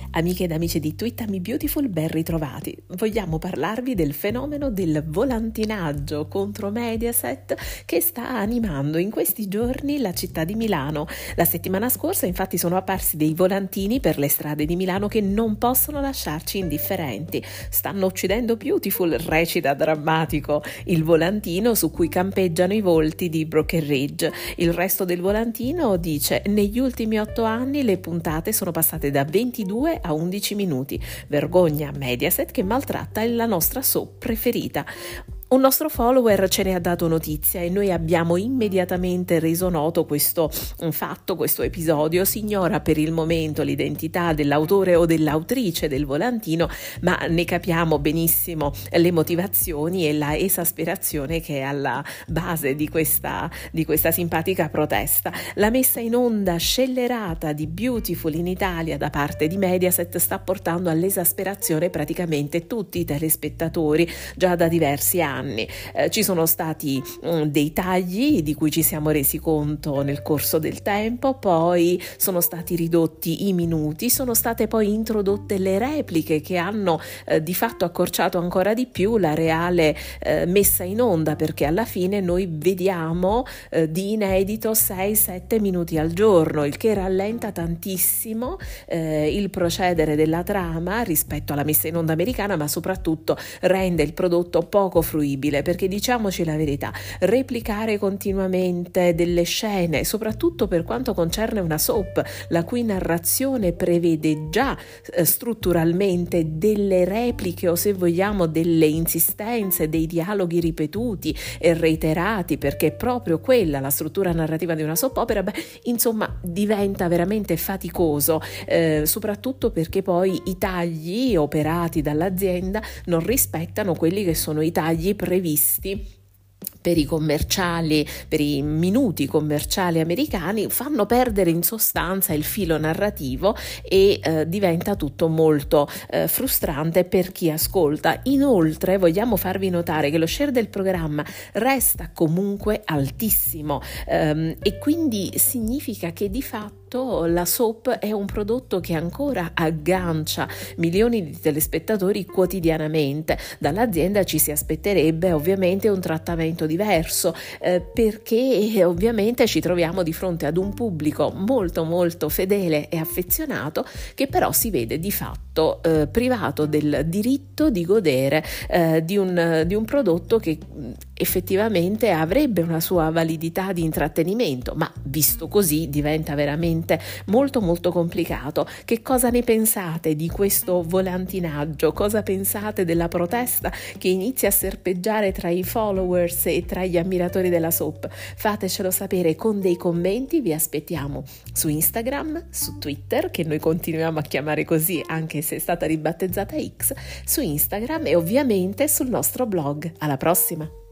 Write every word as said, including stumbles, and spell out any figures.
Amiche ed amici di Twittami Beautiful, ben ritrovati. Vogliamo parlarvi del fenomeno del volantinaggio contro Mediaset che sta animando in questi giorni la città di Milano. La settimana scorsa infatti sono apparsi dei volantini per le strade di Milano che non possono lasciarci indifferenti. Stanno uccidendo Beautiful, recita drammatico il volantino su cui campeggiano i volti di Broken Ridge. Il resto del volantino dice: negli ultimi otto anni le puntate sono passate da ventidue a undici minuti. Vergogna Mediaset che maltratta la nostra soap preferita. Un nostro follower ce ne ha dato notizia e noi abbiamo immediatamente reso noto questo fatto, questo episodio. Si ignora per il momento l'identità dell'autore o dell'autrice del volantino, ma ne capiamo benissimo le motivazioni e la esasperazione che è alla base di questa, di questa simpatica protesta. La messa in onda scellerata di Beautiful in Italia da parte di Mediaset sta portando all'esasperazione praticamente tutti i telespettatori già da diversi anni. Eh, ci sono stati um, dei tagli di cui ci siamo resi conto nel corso del tempo, poi sono stati ridotti i minuti, sono state poi introdotte le repliche che hanno eh, di fatto accorciato ancora di più la reale eh, messa in onda, perché alla fine noi vediamo eh, di inedito sei sette minuti al giorno, il che rallenta tantissimo eh, il procedere della trama rispetto alla messa in onda americana, ma soprattutto rende il prodotto poco fruibile. Perché diciamoci la verità, replicare continuamente delle scene, soprattutto per quanto concerne una soap la cui narrazione prevede già eh, strutturalmente delle repliche o, se vogliamo, delle insistenze, dei dialoghi ripetuti e reiterati, perché è proprio quella la struttura narrativa di una soap opera, beh, insomma diventa veramente faticoso, eh, soprattutto perché poi i tagli operati dall'azienda non rispettano quelli che sono i tagli previsti per i commerciali, per i minuti commerciali americani, fanno perdere in sostanza il filo narrativo e eh, diventa tutto molto eh, frustrante per chi ascolta. Inoltre vogliamo farvi notare che lo share del programma resta comunque altissimo ehm, e quindi significa che di fatto la soap è un prodotto che ancora aggancia milioni di telespettatori quotidianamente. Dall'azienda ci si aspetterebbe ovviamente un trattamento diverso eh, perché ovviamente ci troviamo di fronte ad un pubblico molto molto fedele e affezionato che però si vede di fatto eh, privato del diritto di godere eh, di, un, di un prodotto che effettivamente avrebbe una sua validità di intrattenimento, ma visto così diventa veramente molto molto complicato. Che cosa ne pensate di questo volantinaggio? Cosa pensate della protesta che inizia a serpeggiare tra i followers e tra gli ammiratori della soap? Fatecelo sapere con dei commenti, vi aspettiamo su Instagram, su Twitter, che noi continuiamo a chiamare così anche se è stata ribattezzata X, su Instagram e ovviamente sul nostro blog. Alla prossima!